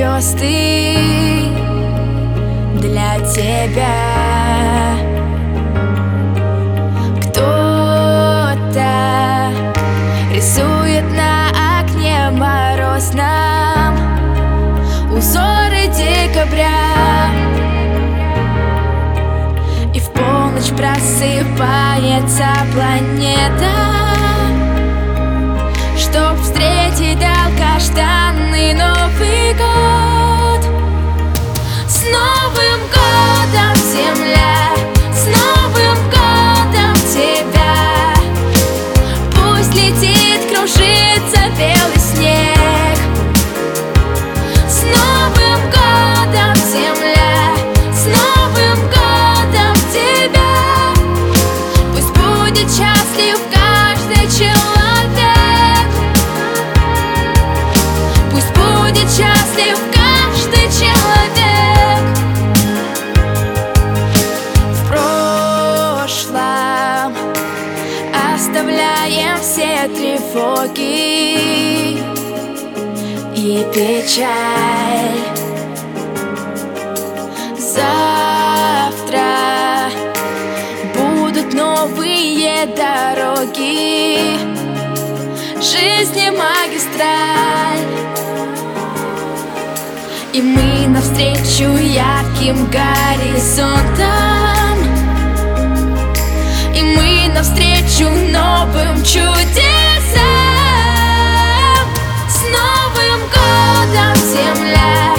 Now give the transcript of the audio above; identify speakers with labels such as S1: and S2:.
S1: звезды для тебя. Кто-то рисует на окне морозном узоры декабря, и в полночь просыпается планета, чтоб встретить долгожданный Новый год. С Новым годом, Земля! С Новым годом тебя! Пусть летит, кружится белый снег. С Новым годом, Земля! С Новым годом тебя! Пусть будет счастлив каждый человек. Пусть будет счастлив каждый человек. В прошлом оставляем все тревоги и печаль. Завтра будут новые дороги, жизни магистраль, и мы навстречу ярким горизонтам, и мы навстречу новым чудесам. С Новым годом, Земля!